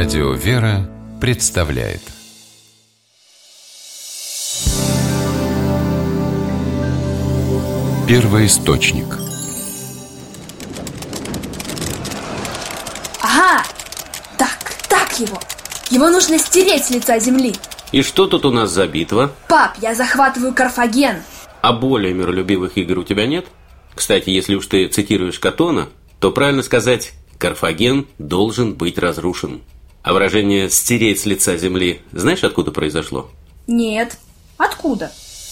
Радио «Вера» представляет Первоисточник. Ага! Так его! Его нужно стереть с лица земли. И что тут у нас за битва? Пап, я захватываю Карфаген. А более миролюбивых игр у тебя нет? Кстати, если уж ты цитируешь Катона, то правильно сказать: Карфаген должен быть разрушен. А выражение «стереть с лица земли» знаешь, откуда произошло? Нет. Откуда?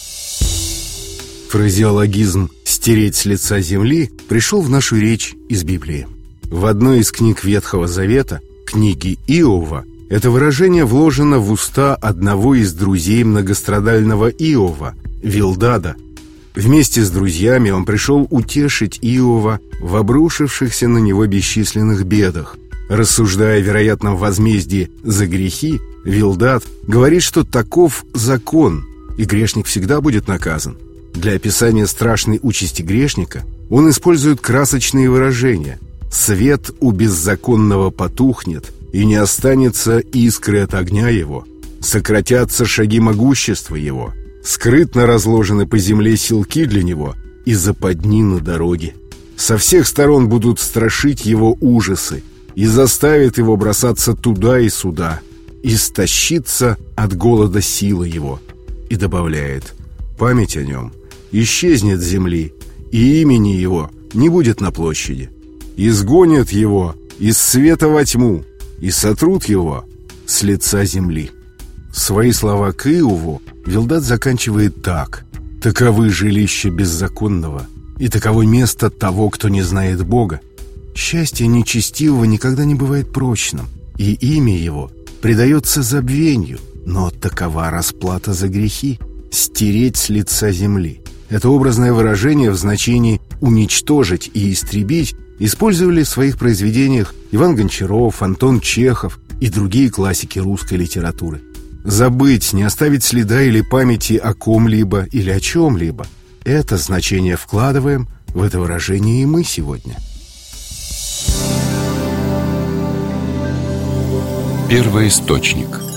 Фразеологизм «стереть с лица земли» пришел в нашу речь из Библии. В одной из книг Ветхого Завета, книге Иова, это выражение вложено в уста одного из друзей многострадального Иова, Вилдада. Вместе с друзьями он пришел утешить Иова в обрушившихся на него бесчисленных бедах. Рассуждая о вероятном возмездии за грехи, Вилдад говорит, что таков закон, и грешник всегда будет наказан. Для описания страшной участи грешника он использует красочные выражения: «Свет у беззаконного потухнет, и не останется искры от огня его, сократятся шаги могущества его, скрытно разложены по земле силки для него и западни на дороге. Со всех сторон будут страшить его ужасы, и заставит его бросаться туда и сюда, истощится от голода сила его». И добавляет: «Память о нем исчезнет с земли, и имени его не будет на площади. Изгонят его из света во тьму и сотрут его с лица земли». Свои слова к Иову Вилдад заканчивает так: «Таковы жилища беззаконного, и таково место того, кто не знает Бога. Счастье нечестивого никогда не бывает прочным, и имя его предается забвению, но такова расплата за грехи — стереть с лица земли». Это образное выражение в значении «уничтожить» и «истребить» использовали в своих произведениях Иван Гончаров, Антон Чехов и другие классики русской литературы. Забыть, не оставить следа или памяти о ком-либо или о чем-либо — это значение вкладываем в это выражение и мы сегодня. Первоисточник.